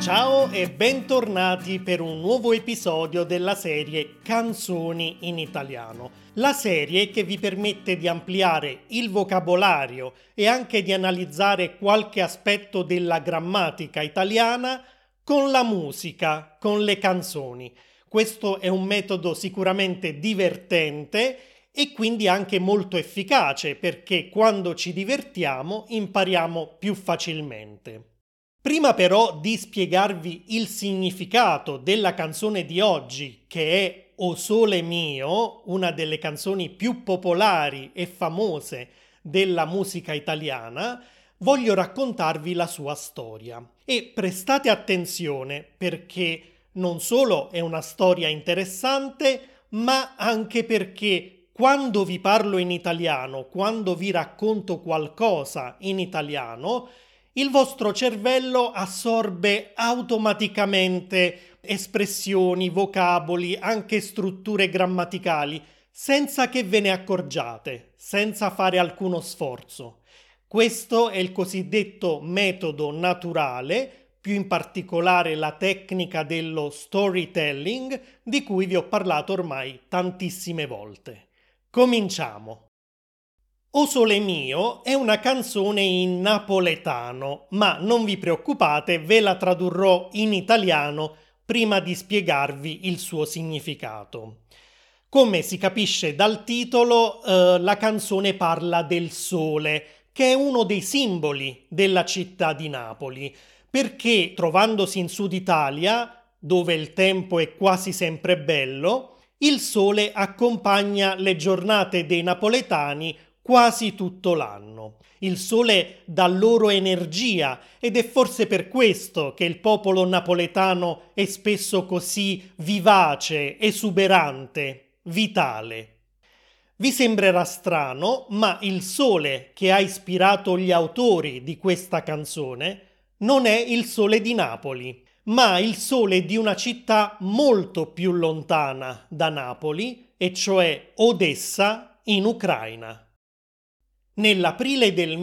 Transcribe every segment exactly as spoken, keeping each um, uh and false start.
Ciao e bentornati per un nuovo episodio della serie Canzoni in Italiano, la serie che vi permette di ampliare il vocabolario e anche di analizzare qualche aspetto della grammatica italiana con la musica, con le canzoni. Questo è un metodo sicuramente divertente e quindi anche molto efficace perché quando ci divertiamo impariamo più facilmente. Prima però di spiegarvi il significato della canzone di oggi, che è O Sole Mio, una delle canzoni più popolari e famose della musica italiana, voglio raccontarvi la sua storia. E prestate attenzione perché non solo è una storia interessante, ma anche perché quando vi parlo in italiano, quando vi racconto qualcosa in italiano, il vostro cervello assorbe automaticamente espressioni, vocaboli, anche strutture grammaticali, senza che ve ne accorgiate, senza fare alcuno sforzo. Questo è il cosiddetto metodo naturale, più in particolare la tecnica dello storytelling, di cui vi ho parlato ormai tantissime volte. Cominciamo! O Sole Mio è una canzone in napoletano, ma non vi preoccupate, ve la tradurrò in italiano prima di spiegarvi il suo significato. Come si capisce dal titolo, eh, la canzone parla del sole, che è uno dei simboli della città di Napoli, perché trovandosi in Sud Italia, dove il tempo è quasi sempre bello, il sole accompagna le giornate dei napoletani quasi tutto l'anno. Il sole dà loro energia ed è forse per questo che il popolo napoletano è spesso così vivace, esuberante, vitale. Vi sembrerà strano, ma il sole che ha ispirato gli autori di questa canzone non è il sole di Napoli, ma il sole di una città molto più lontana da Napoli, e cioè Odessa in Ucraina. Nell'aprile del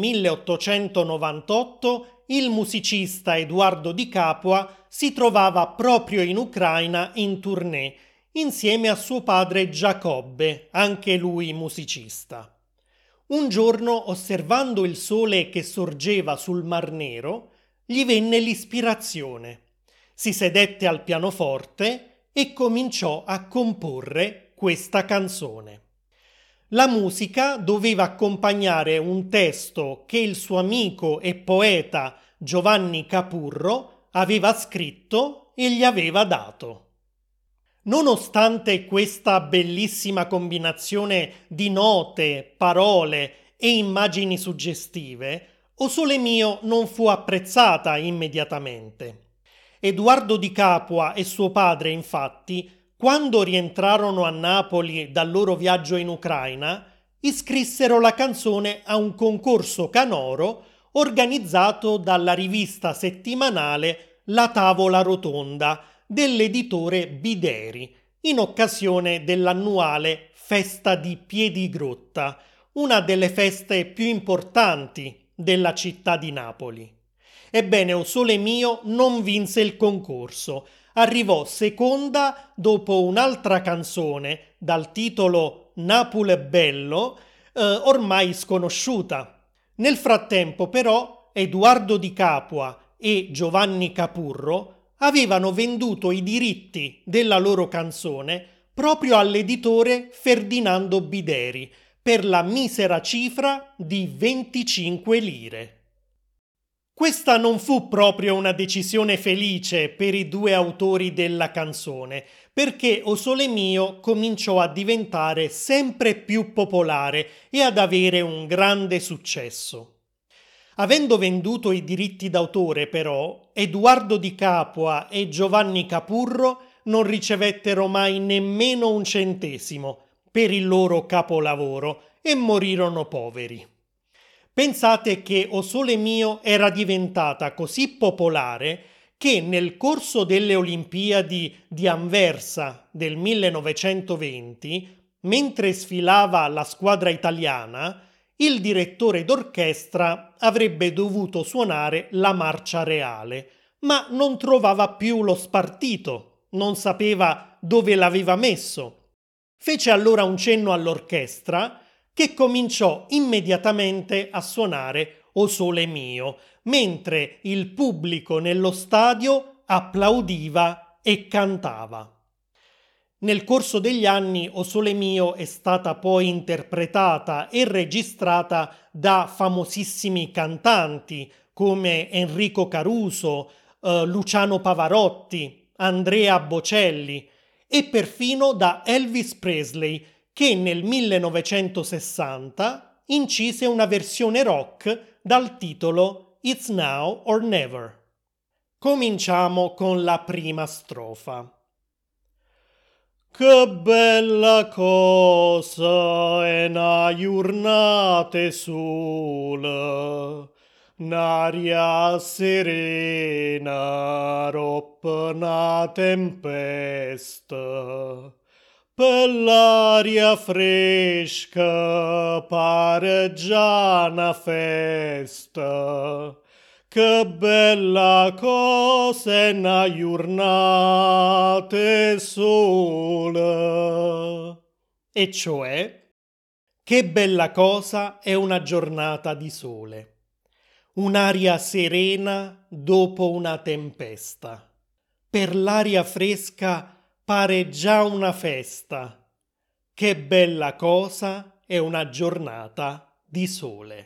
milleottocentonovantotto il musicista Edoardo Di Capua si trovava proprio in Ucraina in tournée insieme a suo padre Giacobbe, anche lui musicista. Un giorno, osservando il sole che sorgeva sul Mar Nero, gli venne l'ispirazione. Si sedette al pianoforte e cominciò a comporre questa canzone. La musica doveva accompagnare un testo che il suo amico e poeta Giovanni Capurro aveva scritto e gli aveva dato. Nonostante questa bellissima combinazione di note, parole e immagini suggestive, O Sole Mio non fu apprezzata immediatamente. Edoardo Di Capua e suo padre, infatti, quando rientrarono a Napoli dal loro viaggio in Ucraina, iscrissero la canzone a un concorso canoro organizzato dalla rivista settimanale La Tavola Rotonda dell'editore Bideri, in occasione dell'annuale Festa di Piedigrotta, una delle feste più importanti della città di Napoli. Ebbene, O Sole Mio non vinse il concorso. Arrivò seconda dopo un'altra canzone dal titolo Napoli è bello, eh, ormai sconosciuta. Nel frattempo però Edoardo Di Capua e Giovanni Capurro avevano venduto i diritti della loro canzone proprio all'editore Ferdinando Bideri per la misera cifra di venticinque lire. Questa non fu proprio una decisione felice per i due autori della canzone, perché O Sole Mio cominciò a diventare sempre più popolare e ad avere un grande successo. Avendo venduto i diritti d'autore, però, Edoardo Di Capua e Giovanni Capurro non ricevettero mai nemmeno un centesimo per il loro capolavoro e morirono poveri. Pensate che O Sole Mio era diventata così popolare che nel corso delle Olimpiadi di Anversa del millenovecentoventi, mentre sfilava la squadra italiana, il direttore d'orchestra avrebbe dovuto suonare la marcia reale, ma non trovava più lo spartito, non sapeva dove l'aveva messo. Fece allora un cenno all'orchestra che cominciò immediatamente a suonare O Sole Mio, mentre il pubblico nello stadio applaudiva e cantava. Nel corso degli anni O Sole Mio è stata poi interpretata e registrata da famosissimi cantanti come Enrico Caruso, eh, Luciano Pavarotti, Andrea Bocelli e perfino da Elvis Presley, che nel millenovecentosessanta incise una versione rock dal titolo It's Now or Never. Cominciamo con la prima strofa. Che bella cosa è una giornata sola, n'aria serena, roppa una tempesta, per l'aria fresca pare già una festa. Che bella cosa è una giornata sola. E cioè, che bella cosa è una giornata di sole. Un'aria serena dopo una tempesta. Per l'aria fresca pare già una festa. Che bella cosa è una giornata di sole.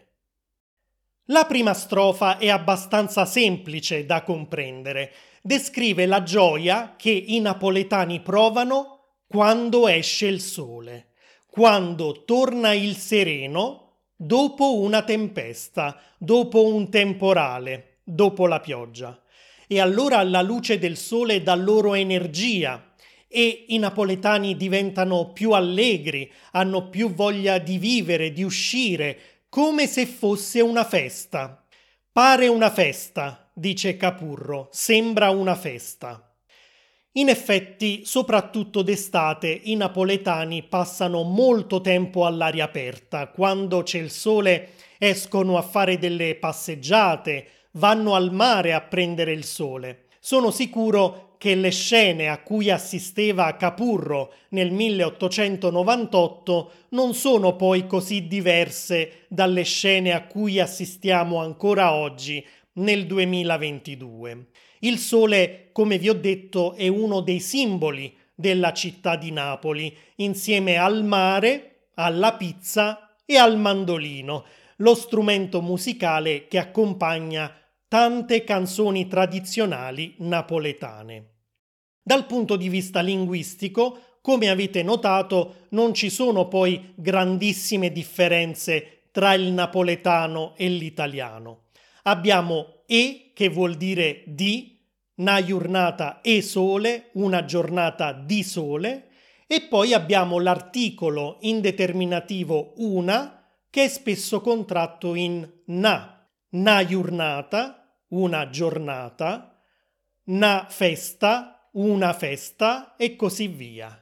La prima strofa è abbastanza semplice da comprendere. Descrive la gioia che i napoletani provano quando esce il sole, quando torna il sereno dopo una tempesta, dopo un temporale, dopo la pioggia. E allora alla luce del sole dà loro energia e i napoletani diventano più allegri, hanno più voglia di vivere, di uscire, come se fosse una festa. Pare una festa, dice Capurro, sembra una festa. In effetti, soprattutto d'estate, i napoletani passano molto tempo all'aria aperta. Quando c'è il sole escono a fare delle passeggiate, vanno al mare a prendere il sole. Sono sicuro che le scene a cui assisteva Capurro nel milleottocentonovantotto non sono poi così diverse dalle scene a cui assistiamo ancora oggi nel duemilaventidue. Il sole, come vi ho detto, è uno dei simboli della città di Napoli, insieme al mare, alla pizza e al mandolino, lo strumento musicale che accompagna tante canzoni tradizionali napoletane. Dal punto di vista linguistico, come avete notato, non ci sono poi grandissime differenze tra il napoletano e l'italiano. Abbiamo e, che vuol dire di, una giornata e sole, una giornata di sole, e poi abbiamo l'articolo indeterminativo una, che è spesso contratto in na. Na giornata, una giornata, na festa, una festa e così via.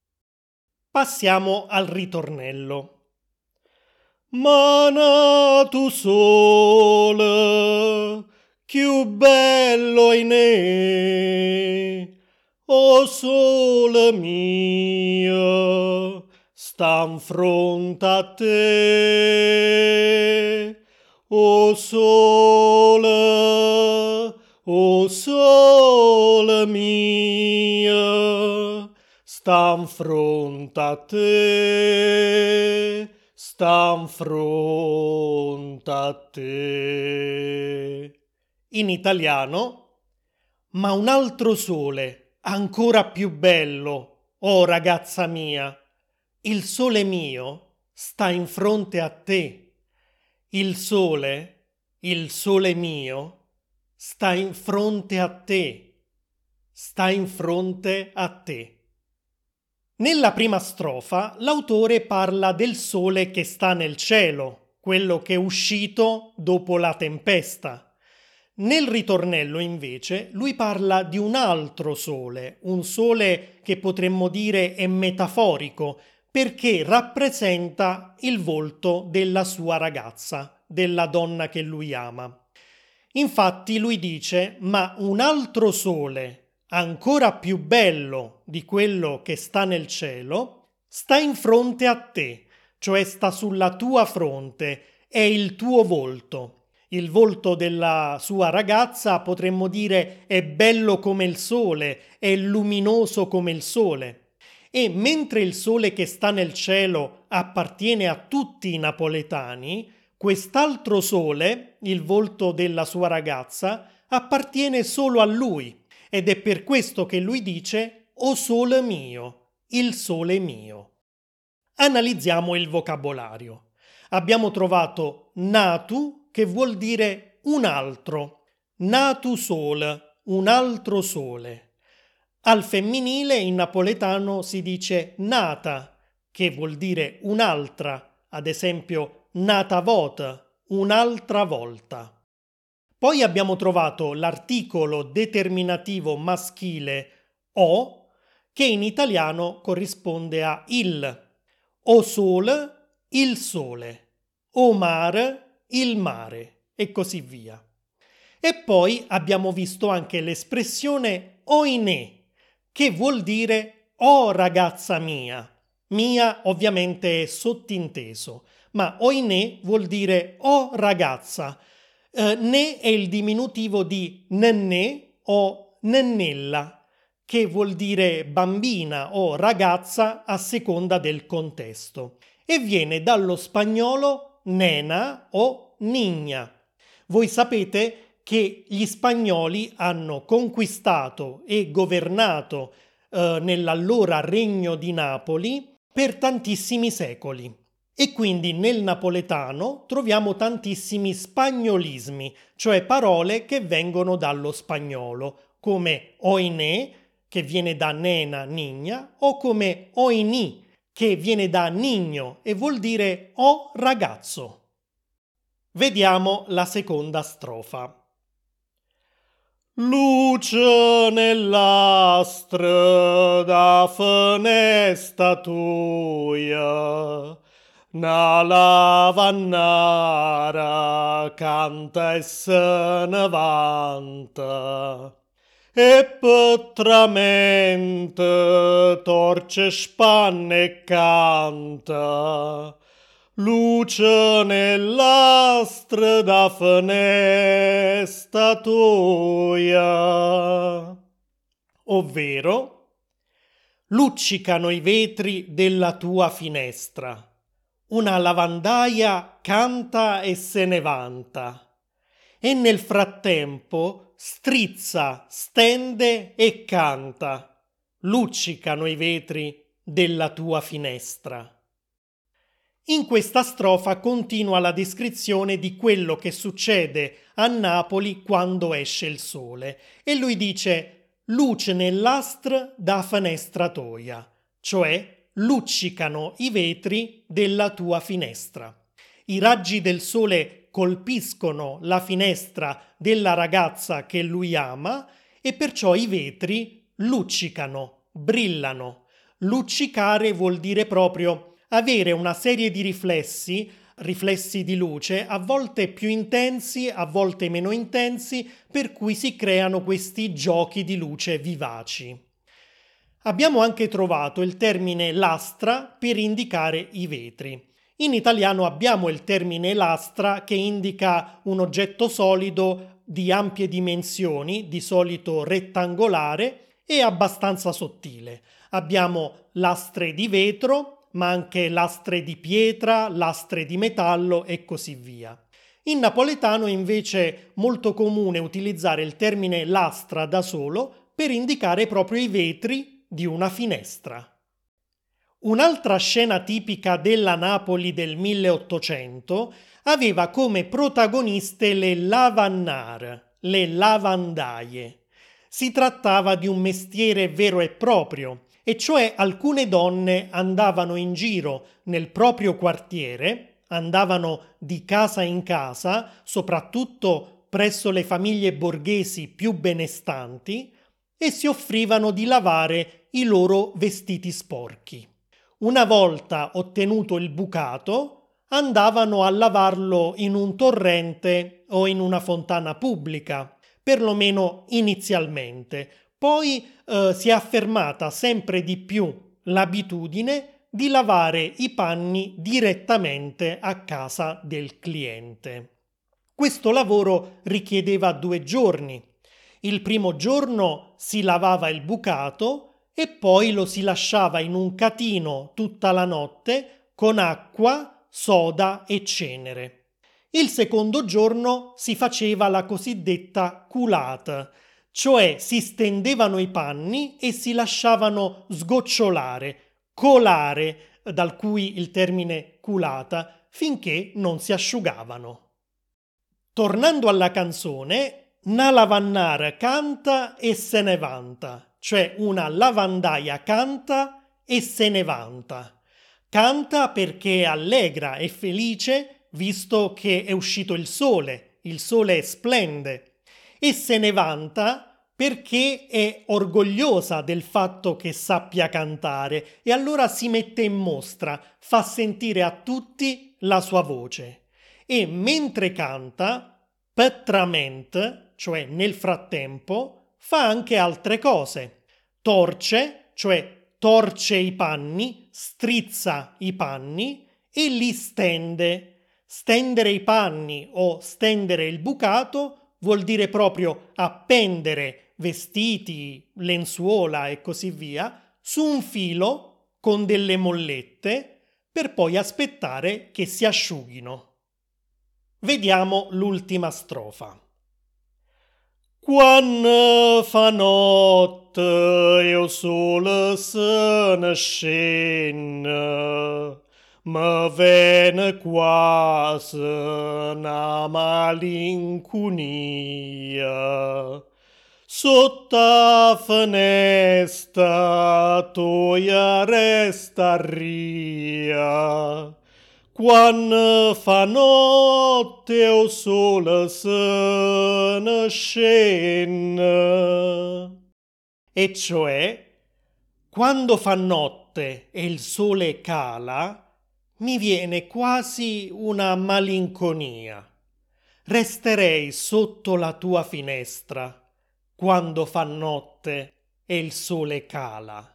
Passiamo al ritornello. Ma nato sole, più bello in ne, o sole mio, sta in fronte a te. O sole, o sole mio, sta in fronte a te, sta in fronte a te. In italiano, ma un altro sole, ancora più bello, oh ragazza mia, il sole mio sta in fronte a te. Il sole, il sole mio, sta in fronte a te, sta in fronte a te. Nella prima strofa l'autore parla del sole che sta nel cielo, quello che è uscito dopo la tempesta. Nel ritornello invece lui parla di un altro sole, un sole che potremmo dire è metaforico, perché rappresenta il volto della sua ragazza, della donna che lui ama. Infatti lui dice: ma un altro sole, ancora più bello di quello che sta nel cielo, sta in fronte a te, cioè sta sulla tua fronte, è il tuo volto. Il volto della sua ragazza, potremmo dire, è bello come il sole, è luminoso come il sole. E mentre il sole che sta nel cielo appartiene a tutti i napoletani, quest'altro sole, il volto della sua ragazza, appartiene solo a lui, ed è per questo che lui dice: o sole mio, il sole mio. Analizziamo il vocabolario. Abbiamo trovato natu, che vuol dire un altro, natu sol, un altro sole. Al femminile in napoletano si dice nata, che vuol dire un'altra, ad esempio nata vota, un'altra volta. Poi abbiamo trovato l'articolo determinativo maschile o, che in italiano corrisponde a il, o sole, il sole, o mare, il mare, e così via. E poi abbiamo visto anche l'espressione oinè, che vuol dire oh ragazza mia. Mia ovviamente è sottinteso, ma oinè vuol dire oh ragazza. Eh, ne è il diminutivo di nennè o nennella, che vuol dire bambina o ragazza a seconda del contesto, e viene dallo spagnolo nena o niña. Voi sapete che gli spagnoli hanno conquistato e governato eh, nell'allora Regno di Napoli per tantissimi secoli. E quindi nel napoletano troviamo tantissimi spagnolismi, cioè parole che vengono dallo spagnolo, come oinè, che viene da nena, nigna, o come oini, che viene da nigno e vuol dire o ragazzo. Vediamo la seconda strofa. Luce nell'astre da finestra tua, na lavannara canta e se ne vanta, e petramente torce spanne e canta. Luce nell'astre da finestra tua, ovvero luccicano i vetri della tua finestra, una lavandaia canta e se ne vanta, e nel frattempo strizza, stende e canta, luccicano i vetri della tua finestra. In questa strofa continua la descrizione di quello che succede a Napoli quando esce il sole, e lui dice luce nell'astre da finestra toia, cioè luccicano i vetri della tua finestra. I raggi del sole colpiscono la finestra della ragazza che lui ama e perciò i vetri luccicano, brillano. Luccicare vuol dire proprio avere una serie di riflessi, riflessi di luce, a volte più intensi, a volte meno intensi, per cui si creano questi giochi di luce vivaci. Abbiamo anche trovato il termine lastra per indicare i vetri. In italiano abbiamo il termine lastra che indica un oggetto solido di ampie dimensioni, di solito rettangolare e abbastanza sottile. Abbiamo lastre di vetro, ma anche lastre di pietra, lastre di metallo e così via. In napoletano invece è molto comune utilizzare il termine lastra da solo per indicare proprio i vetri di una finestra. Un'altra scena tipica della Napoli del milleottocento aveva come protagoniste le lavannar, le lavandaie. Si trattava di un mestiere vero e proprio, e cioè alcune donne andavano in giro nel proprio quartiere, andavano di casa in casa, soprattutto presso le famiglie borghesi più benestanti, e si offrivano di lavare i loro vestiti sporchi. Una volta ottenuto il bucato, andavano a lavarlo in un torrente o in una fontana pubblica, perlomeno inizialmente. Poi eh, si è affermata sempre di più l'abitudine di lavare i panni direttamente a casa del cliente. Questo lavoro richiedeva due giorni. Il primo giorno si lavava il bucato e poi lo si lasciava in un catino tutta la notte con acqua, soda e cenere. Il secondo giorno si faceva la cosiddetta culata, cioè si stendevano i panni e si lasciavano sgocciolare, colare, dal cui il termine culata, finché non si asciugavano. Tornando alla canzone, una lavannara canta e se ne vanta, cioè una lavandaia canta e se ne vanta. Canta perché è allegra e felice, visto che è uscito il sole, il sole splende, e se ne vanta perché è orgogliosa del fatto che sappia cantare e allora si mette in mostra, fa sentire a tutti la sua voce. E mentre canta, petrament, cioè nel frattempo, fa anche altre cose. Torce, cioè torce i panni, strizza i panni e li stende. Stendere i panni o stendere il bucato vuol dire proprio appendere vestiti, lenzuola e così via su un filo con delle mollette per poi aspettare che si asciughino. Vediamo l'ultima strofa. Quando fa notte e il sole se ne scende, mi viene quasi una malinconia. Sotto la finestra tu resta ria. Quando fa notte o sole se ne scende. E cioè, quando fa notte e il sole cala, mi viene quasi una malinconia. Resterei sotto la tua finestra quando fa notte e il sole cala.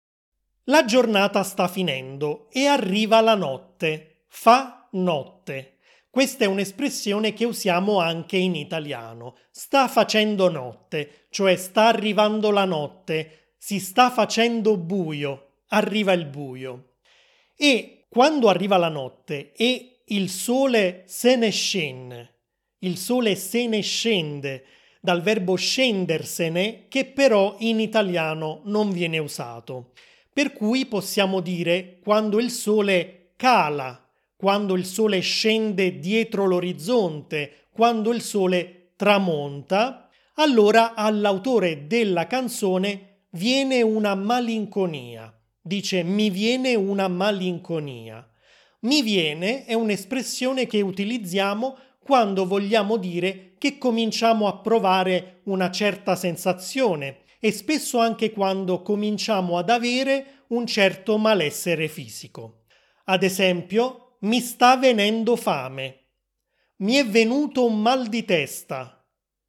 La giornata sta finendo e arriva la notte. Fa notte. Questa è un'espressione che usiamo anche in italiano. Sta facendo notte, cioè sta arrivando la notte, si sta facendo buio, arriva il buio. E quando arriva la notte e il sole se ne scende, il sole se ne scende, dal verbo scendersene, che però in italiano non viene usato. Per cui possiamo dire quando il sole cala, quando il sole scende dietro l'orizzonte, quando il sole tramonta, allora all'autore della canzone viene una malinconia. Dice mi viene una malinconia. Mi viene è un'espressione che utilizziamo quando vogliamo dire che cominciamo a provare una certa sensazione e spesso anche quando cominciamo ad avere un certo malessere fisico. Ad esempio, mi sta venendo fame. Mi è venuto un mal di testa.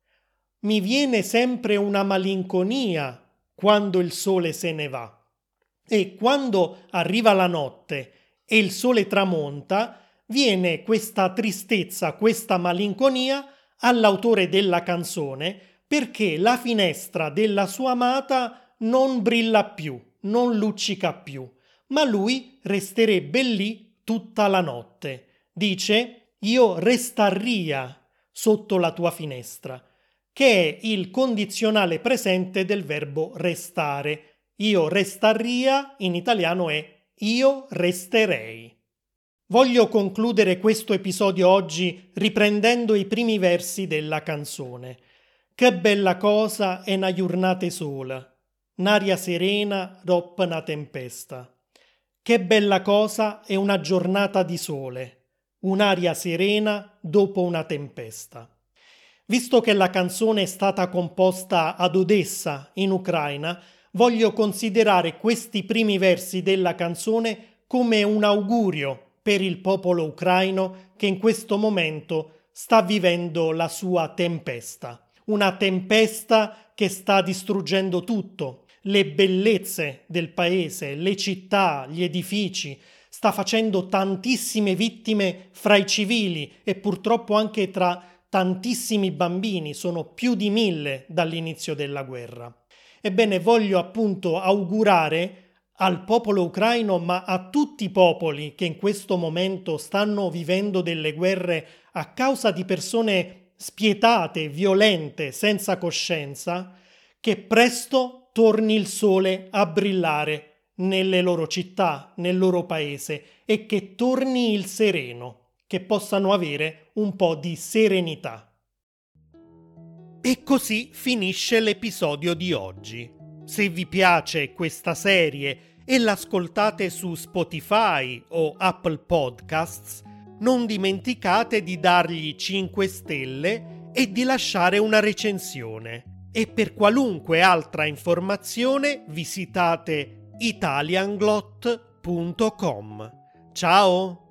Mi viene sempre una malinconia quando il sole se ne va. E quando arriva la notte e il sole tramonta, viene questa tristezza, questa malinconia all'autore della canzone perché la finestra della sua amata non brilla più, non luccica più, ma lui resterebbe lì tutta la notte. Dice io restaria sotto la tua finestra, che è il condizionale presente del verbo restare. Io restaria in italiano è io resterei. Voglio concludere questo episodio oggi riprendendo i primi versi della canzone. Che bella cosa è una giornata sola, n'aria serena dopo una tempesta. Che bella cosa è una giornata di sole, un'aria serena dopo una tempesta. Visto che la canzone è stata composta ad Odessa, in Ucraina, voglio considerare questi primi versi della canzone come un augurio per il popolo ucraino che in questo momento sta vivendo la sua tempesta. Una tempesta che sta distruggendo tutto, le bellezze del paese, le città, gli edifici, sta facendo tantissime vittime fra i civili e purtroppo anche tra tantissimi bambini, sono più di mille dall'inizio della guerra. Ebbene, voglio appunto augurare al popolo ucraino, ma a tutti i popoli che in questo momento stanno vivendo delle guerre a causa di persone spietate, violente, senza coscienza, che presto torni il sole a brillare nelle loro città, nel loro paese, e che torni il sereno, che possano avere un po' di serenità. E così finisce l'episodio di oggi. Se vi piace questa serie e l'ascoltate su Spotify o Apple Podcasts, non dimenticate di dargli cinque stelle e di lasciare una recensione. E per qualunque altra informazione visitate italianglot punto com. Ciao!